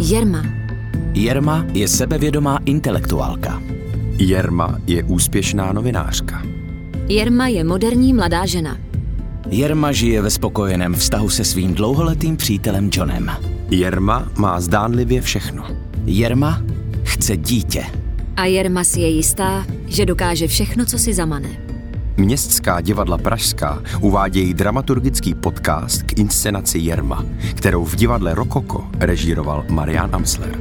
Jerma. Jerma je sebevědomá intelektuálka. Jerma je úspěšná novinářka. Jerma je moderní mladá žena. Jerma žije ve spokojeném vztahu se svým dlouholetým přítelem Johnem. Jerma má zdánlivě všechno. Jerma chce dítě. A Jerma si je jistá, že dokáže všechno, co si zamane. Městská divadla pražská uvádějí dramaturgický podcast k inscenaci Jerma, kterou v divadle Rokoko režíroval Marián Amsler.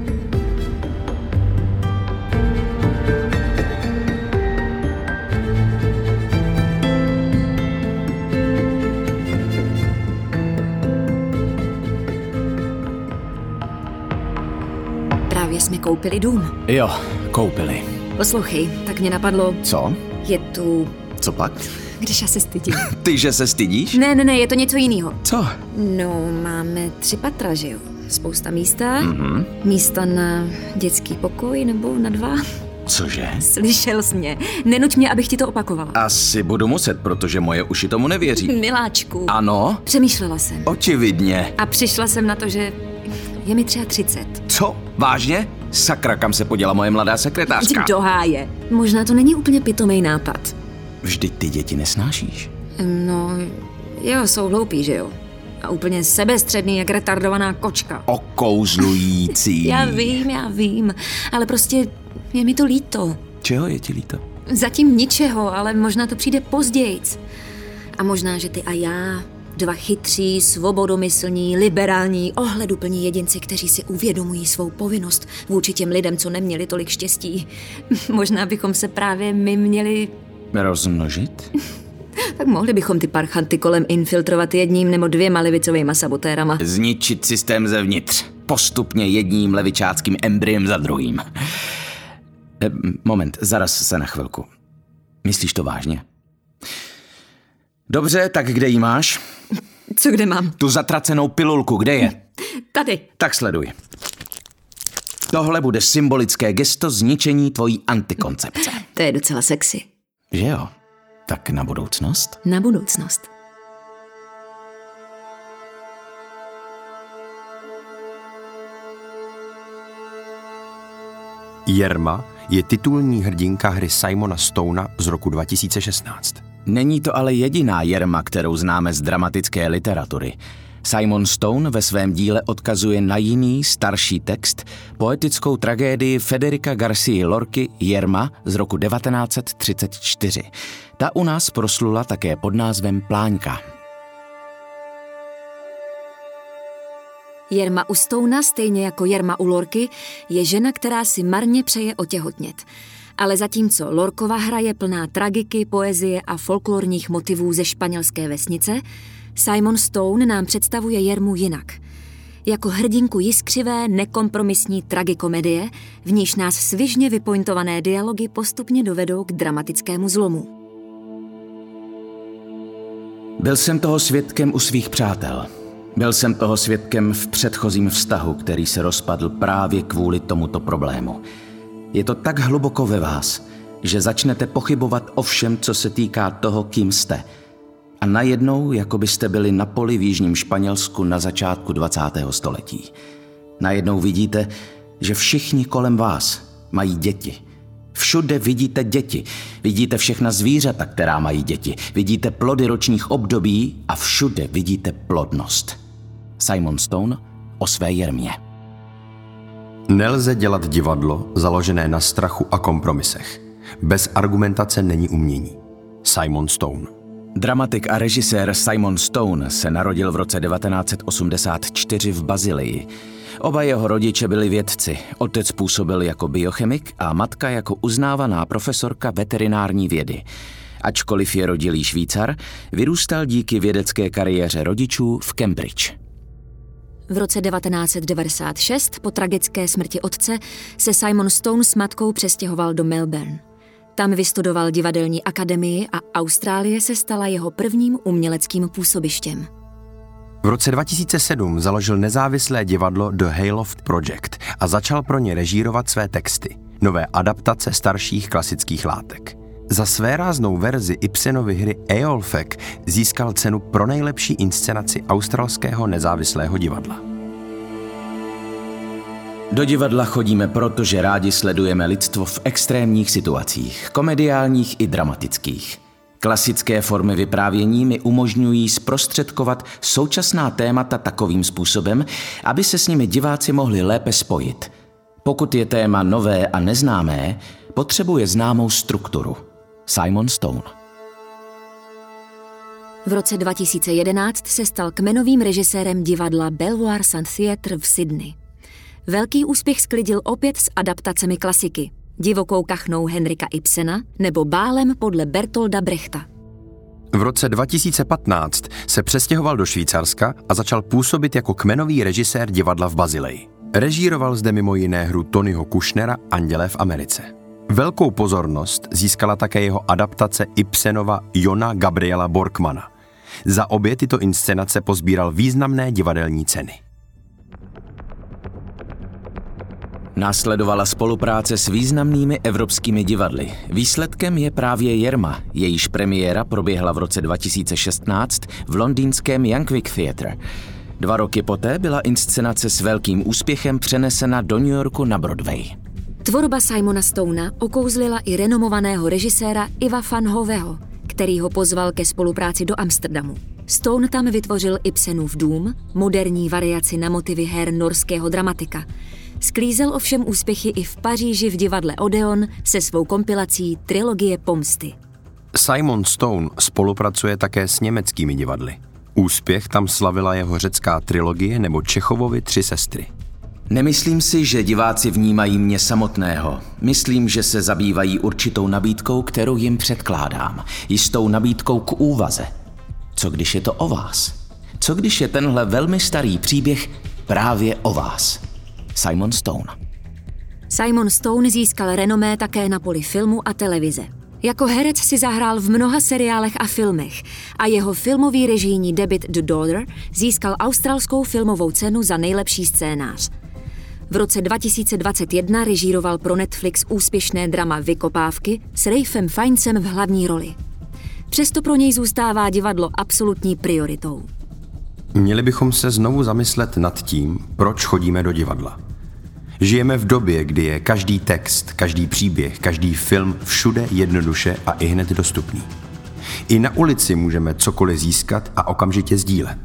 Právě jsme koupili dům. Jo, koupili. Poslouchej, tak mě napadlo... Co? Je tu... Co pak? Když já se stydím. Ty, že se stydíš? Ne, je to něco jiného. Co? No, máme 3 patra, že jo? Spousta místa. Místo na dětský pokoj nebo na 2. Cože? Slyšel jsi mě. Nenuť mě, abych ti to opakovala. Asi budu muset, protože moje uši tomu nevěří. Miláčku. Ano? Přemýšlela jsem. Očividně. A přišla jsem na to, že je mi 33. Co? Vážně? Sakra, kam se poděla moje mladá sekretářka? Do háje. Možná to není úplně pitomej nápad. Vždyť ty děti nesnášíš. No, jo, jsou hloupí, že jo? A úplně sebestředný, jak retardovaná kočka. Okouzlující. Já vím, ale prostě je mi to líto. Čeho je ti líto? Zatím ničeho, ale možná to přijde pozdějc. A možná, že ty a já, 2 chytří, svobodomyslní, liberální, ohleduplní jedinci, kteří si uvědomují svou povinnost vůči těm lidem, co neměli tolik štěstí. Možná bychom se právě my měli... Rozmnožit? Tak mohli bychom ty parchanty kolem infiltrovat 1 nebo 2 levicovýma sabotérama. Zničit systém zevnitř. Postupně jedním levičáckým embryem za druhým. Moment, zaraz se na chvilku. Myslíš to vážně? Dobře, tak kde jí máš? Co kde mám? Tu zatracenou pilulku, kde je? Tady. Tak sleduj. Tohle bude symbolické gesto zničení tvojí antikoncepce. To je docela sexy. Že jo? Tak na budoucnost? Na budoucnost. Jerma je titulní hrdinka hry Simona Stona z roku 2016. Není to ale jediná Jerma, kterou známe z dramatické literatury. Simon Stone ve svém díle odkazuje na jiný, starší text, poetickou tragédii Federica Garcii Lorky Jerma z roku 1934. Ta u nás proslula také pod názvem Pláňka. Jerma u Stouna, stejně jako Jerma u Lorky, je žena, která si marně přeje otěhotnět. Ale zatímco Lorkova hra je plná tragiky, poezie a folklorních motivů ze španělské vesnice, Simon Stone nám představuje Jermu jinak. Jako hrdinku jiskřivé, nekompromisní tragikomedie, v níž nás svižně vypointované dialogy postupně dovedou k dramatickému zlomu. Byl jsem toho svědkem u svých přátel. Byl jsem toho svědkem v předchozím vztahu, který se rozpadl právě kvůli tomuto problému. Je to tak hluboko ve vás, že začnete pochybovat o všem, co se týká toho, kým jste. A najednou, jako byste byli na poli v jižním Španělsku na začátku 20. století. Najednou vidíte, že všichni kolem vás mají děti. Všude vidíte děti. Vidíte všechna zvířata, která mají děti. Vidíte plody ročních období a všude vidíte plodnost. Simon Stone o své Jermě. Nelze dělat divadlo založené na strachu a kompromisech. Bez argumentace není umění. Simon Stone. Dramatik a režisér Simon Stone se narodil v roce 1984 v Bazilii. Oba jeho rodiče byli vědci. Otec působil jako biochemik a matka jako uznávaná profesorka veterinární vědy. Ačkoliv je rodilý Švýcar, vyrůstal díky vědecké kariéře rodičů v Cambridge. V roce 1996 po tragické smrti otce se Simon Stone s matkou přestěhoval do Melbourne. Tam vystudoval divadelní akademii a Austrálie se stala jeho prvním uměleckým působištěm. V roce 2007 založil nezávislé divadlo The Hayloft Project a začal pro ně režírovat své texty, nové adaptace starších klasických látek. Za svéráznou verzi Ibsenovy hry Eolfek získal cenu pro nejlepší inscenaci australského nezávislého divadla. Do divadla chodíme proto, že rádi sledujeme lidstvo v extrémních situacích, komediálních i dramatických. Klasické formy vyprávění mi umožňují zprostředkovat současná témata takovým způsobem, aby se s nimi diváci mohli lépe spojit. Pokud je téma nové a neznámé, potřebuje známou strukturu. Simon Stone. V roce 2011 se stal kmenovým režisérem divadla Belvoir St. Theatre v Sydney. Velký úspěch sklidil opět s adaptacemi klasiky. Divokou kachnou Henrika Ibsena nebo Bálem podle Bertolda Brechta. V roce 2015 se přestěhoval do Švýcarska a začal působit jako kmenový režisér divadla v Basileji. Režíroval zde mimo jiné hru Tonyho Kushnera Andělé v Americe. Velkou pozornost získala také jeho adaptace Ibsenova Jona Gabriela Borkmana. Za obě tyto inscenace pozbíral významné divadelní ceny. Následovala spolupráce s významnými evropskými divadly. Výsledkem je právě Jerma, jejíž premiéra proběhla v roce 2016 v londýnském Youngwick Theatre. 2 roky poté byla inscenace s velkým úspěchem přenesena do New Yorku na Broadway. Tvorba Simona Stonea okouzlila i renomovaného režiséra Iva van Hoveho, který ho pozval ke spolupráci do Amsterdamu. Stone tam vytvořil Ibsenův dům, moderní variaci na motivy her norského dramatika. Sklízel ovšem úspěchy i v Paříži v divadle Odeon se svou kompilací Trilogie pomsty. Simon Stone spolupracuje také s německými divadly. Úspěch tam slavila jeho řecká trilogie nebo Čechovovy 3 sestry. Nemyslím si, že diváci vnímají mě samotného. Myslím, že se zabývají určitou nabídkou, kterou jim předkládám. Jistou nabídkou k úvaze. Co když je to o vás? Co když je tenhle velmi starý příběh právě o vás? Simon Stone. Simon Stone získal renomé také na poli filmu a televize. Jako herec si zahrál v mnoha seriálech a filmech a jeho filmový režijní debut The Daughter získal australskou filmovou cenu za nejlepší scénář. V roce 2021 režíroval pro Netflix úspěšné drama Vykopávky s Ralphem Fiennesem v hlavní roli. Přesto pro něj zůstává divadlo absolutní prioritou. Měli bychom se znovu zamyslet nad tím, proč chodíme do divadla. Žijeme v době, kdy je každý text, každý příběh, každý film všude jednoduše a ihned dostupný. I na ulici můžeme cokoliv získat a okamžitě sdílet.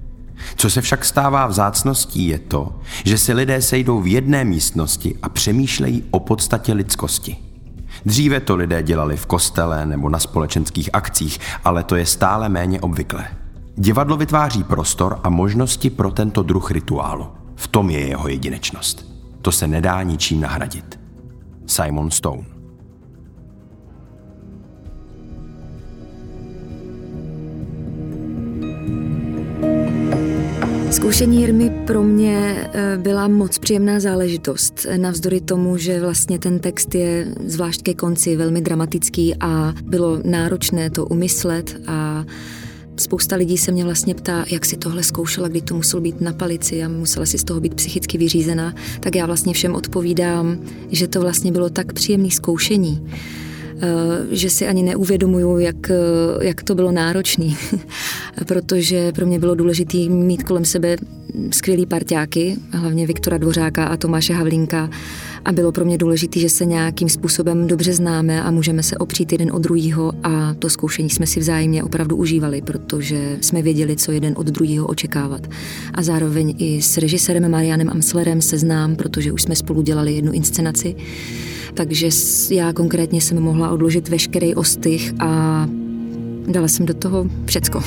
Co se však stává vzácností je to, že se lidé sejdou v jedné místnosti a přemýšlejí o podstatě lidskosti. Dříve to lidé dělali v kostele nebo na společenských akcích, ale to je stále méně obvyklé. Divadlo vytváří prostor a možnosti pro tento druh rituálu. V tom je jeho jedinečnost. To se nedá ničím nahradit. Simon Stone. Zkoušení Jermy pro mě byla moc příjemná záležitost. Navzdory tomu, že vlastně ten text je zvlášť ke konci velmi dramatický a bylo náročné to umyslet a spousta lidí se mě vlastně ptá, jak si tohle zkoušela, kdy to muselo být na palici a musela si z toho být psychicky vyřízená, tak já vlastně všem odpovídám, že to vlastně bylo tak příjemné zkoušení, že si ani neuvědomuju, jak to bylo náročné, protože pro mě bylo důležité mít kolem sebe skvělý parťáky, hlavně Viktora Dvořáka a Tomáše Havlínka, a bylo pro mě důležité, že se nějakým způsobem dobře známe a můžeme se opřít jeden od druhého a to zkoušení jsme si vzájemně opravdu užívali, protože jsme věděli, co jeden od druhého očekávat. A zároveň i s režisérem Marianem Amslerem se znám, protože už jsme spolu dělali jednu inscenaci, takže já konkrétně jsem mohla odložit veškerý ostych a dala jsem do toho všecko.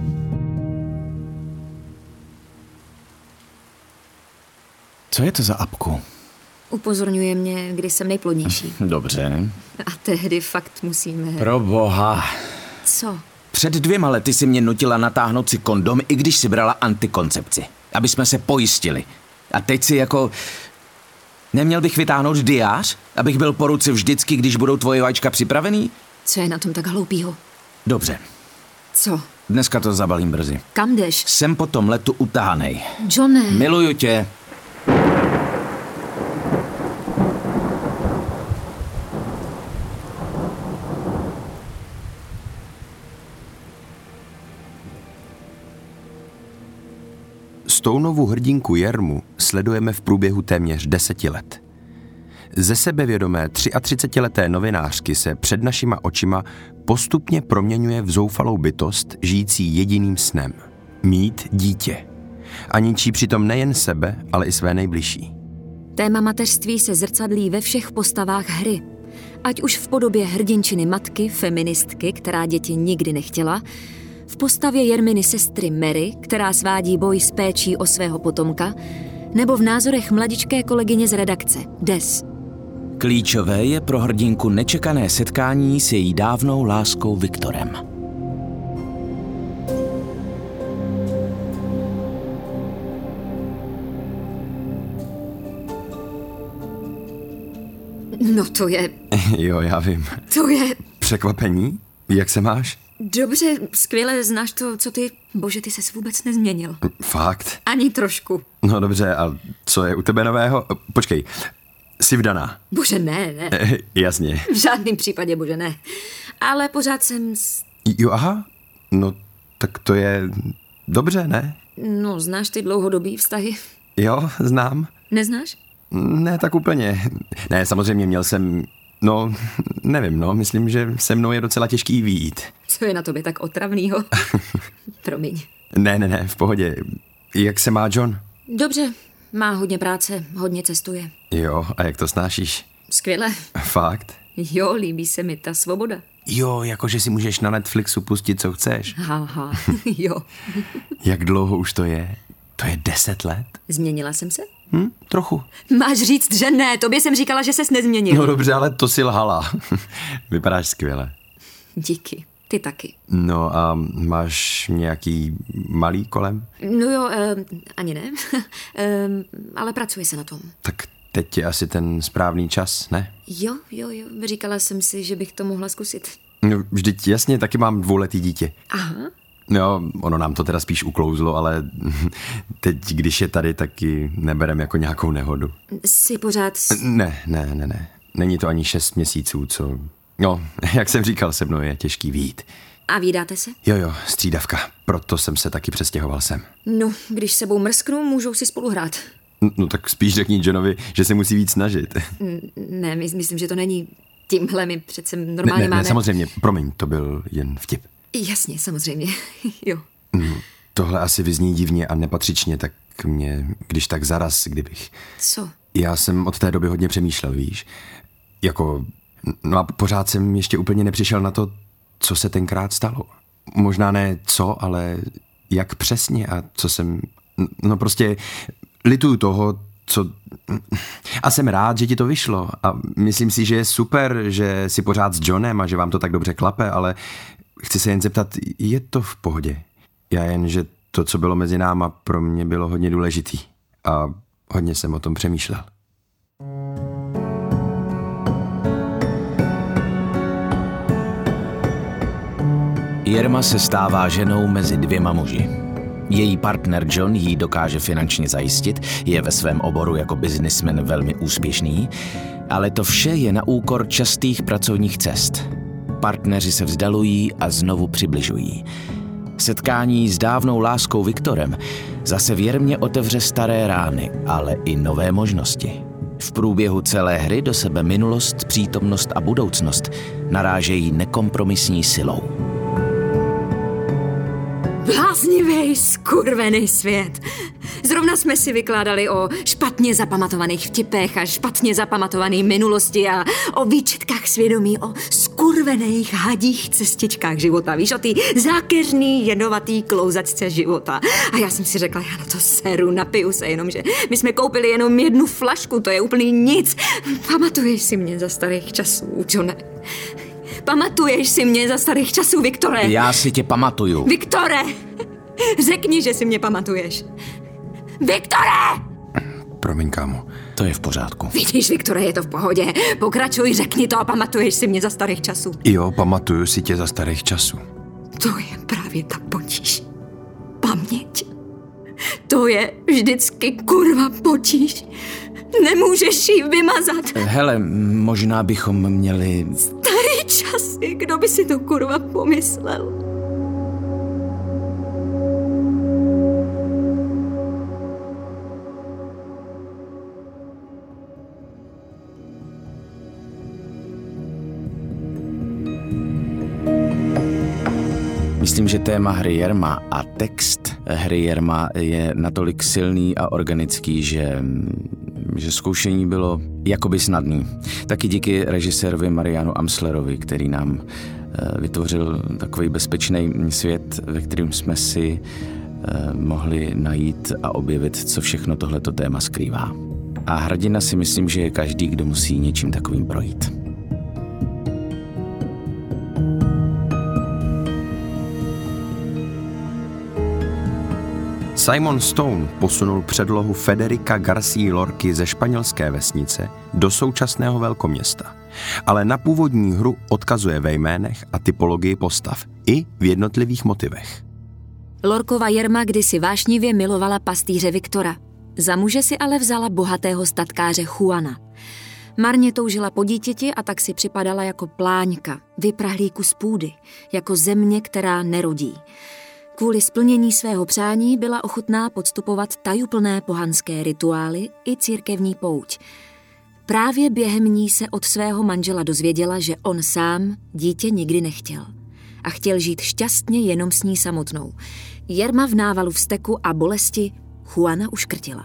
Co je to za apku? Upozorňuje mě, kdy jsem nejplodnější. Dobře. A tehdy fakt musíme... Pro boha. Co? Před 2 lety si mě nutila natáhnout si kondom, i když si brala antikoncepci. Aby jsme se pojistili. A teď si jako... Neměl bych vytáhnout diář? Abych byl po ruce vždycky, když budou tvoje vajíčka připravený? Co je na tom tak hloupýho? Dobře. Co? Dneska to zabalím brzy. Kam jdeš? Jsem po tom letu utahanej. Johne. Miluju tě. Stounovu hrdinku Jermu sledujeme v průběhu téměř 10 let. Ze sebevědomé 33leté novinářky se před našima očima postupně proměňuje v zoufalou bytost, žijící jediným snem – mít dítě. A ničí přitom nejen sebe, ale i své nejbližší. Téma mateřství se zrcadlí ve všech postavách hry. Ať už v podobě hrdinčiny matky, feministky, která děti nikdy nechtěla, v postavě Jerminy sestry Mary, která svádí boj s péčí o svého potomka, nebo v názorech mladičké kolegyně z redakce, Des. Klíčové je pro hrdinku nečekané setkání s její dávnou láskou Viktorem. No to je... Jo, já vím. To je... Překvapení? Jak se máš? Dobře, skvěle, znáš to, co ty... Bože, ty ses vůbec nezměnil. Fakt? Ani trošku. No dobře, a co je u tebe nového? Počkej, jsi vdaná? Bože, ne. Jasně. V žádném případě, bože, ne. Ale pořád jsem... Jo, aha. No, tak to je dobře, ne? No, znáš ty dlouhodobý vztahy? Jo, znám. Neznáš? Ne, tak úplně. Ne, samozřejmě měl jsem... No, nevím, myslím, že se mnou je docela těžký vyjít. Co je na tobě tak otravnýho? Promiň. Ne, v pohodě. Jak se má John? Dobře, má hodně práce, hodně cestuje. Jo, a jak to snášíš? Skvěle. Fakt? Jo, líbí se mi ta svoboda. Jo, jakože si můžeš na Netflixu pustit, co chceš. Haha, jo. Jak dlouho už to je? To je 10 let? Změnila jsem se? Trochu. Máš říct, že ne, tobě jsem říkala, že ses nezměnil. No dobře, ale to si lhala. Vypadáš skvěle. Díky, ty taky. No a máš nějaký malý kolem? No jo, ani ne, ale pracuje se na tom. Tak teď je asi ten správný čas, ne? Jo, říkala jsem si, že bych to mohla zkusit. No, vždyť jasně, taky mám 2letý dítě. Aha. No, ono nám to teda spíš uklouzlo, ale teď, když je tady, taky neberem jako nějakou nehodu. Jsi pořád... Ne. Není to ani 6 měsíců, co... No, jak jsem říkal, se mnou je těžký vyjít. A vídáte se? Jo, střídavka. Proto jsem se taky přestěhoval sem. No, když sebou mrsknu, můžou si spolu hrát. No tak spíš řekni Johnovi, že se musí víc snažit. Ne, myslím, že to není tímhle, my přece normálně máme... Ne, samozřejmě, promiň, to byl jen vtip. Jasně, samozřejmě, jo. Tohle asi vyzní divně a nepatřičně, tak mě, když tak zaraz, kdybych... Co? Já jsem od té doby hodně přemýšlel, víš? No a pořád jsem ještě úplně nepřišel na to, co se tenkrát stalo. Možná ne co, ale jak přesně a co jsem... No prostě lituju toho, co... A jsem rád, že ti to vyšlo a myslím si, že je super, že jsi pořád s Johnem a že vám to tak dobře klape, ale chci se jen zeptat, je to v pohodě? Já jen, že to, co bylo mezi náma, pro mě bylo hodně důležitý a hodně jsem o tom přemýšlel. Jerma se stává ženou mezi 2 muži. Její partner John jí dokáže finančně zajistit, je ve svém oboru jako biznismen velmi úspěšný, ale to vše je na úkor častých pracovních cest. Partneři se vzdalují a znovu přibližují. Setkání s dávnou láskou Viktorem zase v Jermě otevře staré rány, ale i nové možnosti. V průběhu celé hry do sebe minulost, přítomnost a budoucnost narážejí nekompromisní silou. Bláznivý, skurvený svět. Zrovna jsme si vykládali o špatně zapamatovaných vtipech a špatně zapamatované minulosti a o výčitkách svědomí, o skurvených hadích cestičkách života. Víš, o ty zákeřný, jedovatý klouzačce života. A já jsem si řekla, já na to seru, napiju se, jenomže my jsme koupili jenom 1 flašku, to je úplný nic. Pamatuješ si mě za starých časů, Johne? Pamatuješ si mě za starých časů, Viktore? Já si tě pamatuju. Viktore! Řekni, že si mě pamatuješ. Viktore! Promiň, kámo. To je v pořádku. Vidíš, Viktore, je to v pohodě. Pokračuj, řekni to a pamatuješ si mě za starých časů. Jo, pamatuju si tě za starých časů. To je právě ta potíž. Paměť. To je vždycky kurva potíž. Nemůžeš ji vymazat. Hele, možná bychom měli... Starý časy, kdo by si to kurva pomyslel? myslím, že téma hry Jerma a text hry Jerma je natolik silný a organický, že zkoušení bylo jakoby snadný. Taky díky režisérovi Marianu Amslerovi, který nám vytvořil takový bezpečný svět, ve kterém jsme si mohli najít a objevit, co všechno tohleto téma skrývá. A hrdina si myslím, že je každý, kdo musí něčím takovým projít. Simon Stone posunul předlohu Federica García Lorky ze španělské vesnice do současného velkoměsta, ale na původní hru odkazuje ve jménech a typologii postav i v jednotlivých motivech. Lorkova Jerma kdysi vášnivě milovala pastýře Viktora. Za muže si ale vzala bohatého statkáře Juana. Marně toužila po dítěti a tak si připadala jako pláňka, vyprahlý kus půdy, jako země, která nerodí. Kvůli splnění svého přání byla ochotná podstupovat tajuplné pohanské rituály i církevní pouť. Právě během ní se od svého manžela dozvěděla, že on sám dítě nikdy nechtěl. A chtěl žít šťastně jenom s ní samotnou. Jerma v návalu vzteku a bolesti Juana uškrtila.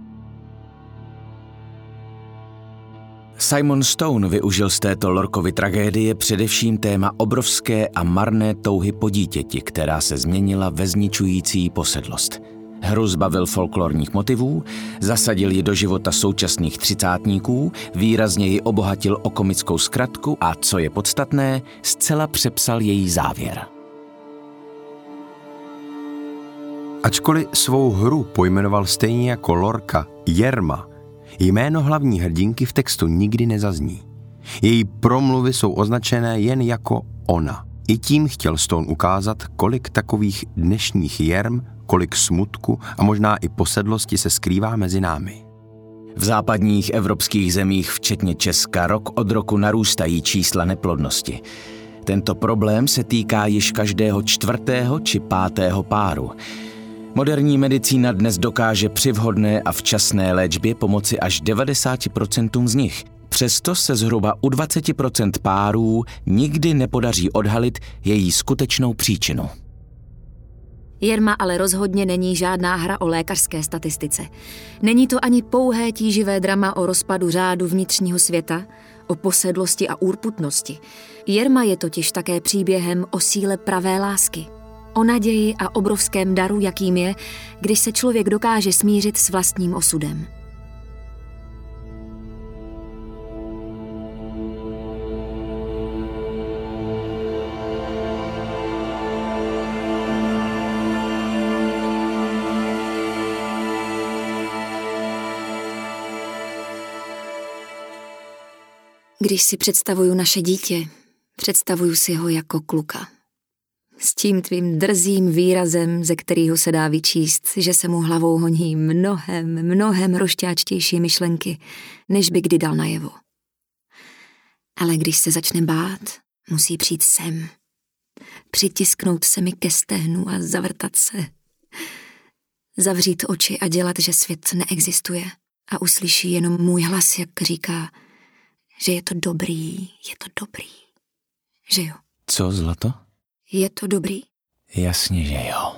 Simon Stone využil z této Lorkovy tragédie především téma obrovské a marné touhy po dítěti, která se změnila ve zničující posedlost. Hru zbavil folklorních motivů, zasadil ji do života současných třicátníků, výrazně ji obohatil o komickou zkratku a, co je podstatné, zcela přepsal její závěr. Ačkoliv svou hru pojmenoval stejně jako Lorca Jerma, jméno hlavní hrdinky v textu nikdy nezazní. Její promluvy jsou označené jen jako ona. I tím chtěl Stone ukázat, kolik takových dnešních jerm, kolik smutku a možná i posedlosti se skrývá mezi námi. V západních evropských zemích, včetně Česka, rok od roku narůstají čísla neplodnosti. Tento problém se týká již každého 4. či 5. páru. Moderní medicína dnes dokáže při vhodné a včasné léčbě pomoci až 90% z nich. Přesto se zhruba u 20% párů nikdy nepodaří odhalit její skutečnou příčinu. Jerma ale rozhodně není žádná hra o lékařské statistice. Není to ani pouhé tíživé drama o rozpadu řádu vnitřního světa, o posedlosti a úrputnosti. Jerma je totiž také příběhem o síle pravé lásky. O naději a obrovském daru, jakým je, když se člověk dokáže smířit s vlastním osudem. Když si představuju naše dítě, představuju si ho jako kluka. S tím tvým drzým výrazem, ze kterého se dá vyčíst, že se mu hlavou honí mnohem rošťáčtější myšlenky, než by kdy dal najevo. Ale když se začne bát, musí přijít sem. Přitisknout se mi ke stehnu a zavrtat se. Zavřít oči a dělat, že svět neexistuje. A uslyší jenom můj hlas, jak říká, že je to dobrý. Že jo? Co, zlato? Je to dobrý? Jasně, že jo.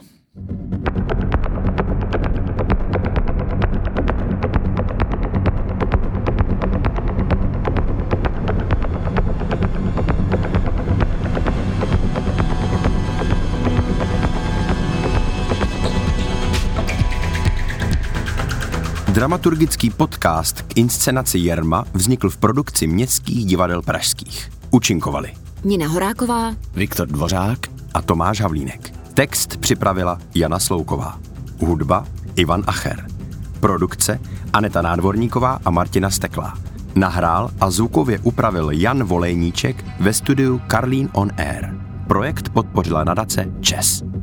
Dramaturgický podcast k inscenaci Jerma vznikl v produkci Městských divadel pražských. Účinkovali Nina Horáková, Viktor Dvořák a Tomáš Havlínek. Text připravila Jana Slouková. Hudba Ivan Acher. Produkce Aneta Nádvorníková a Martina Steklá. Nahrál a zvukově upravil Jan Volejníček ve studiu Karlín on Air. Projekt podpořila nadace ČES.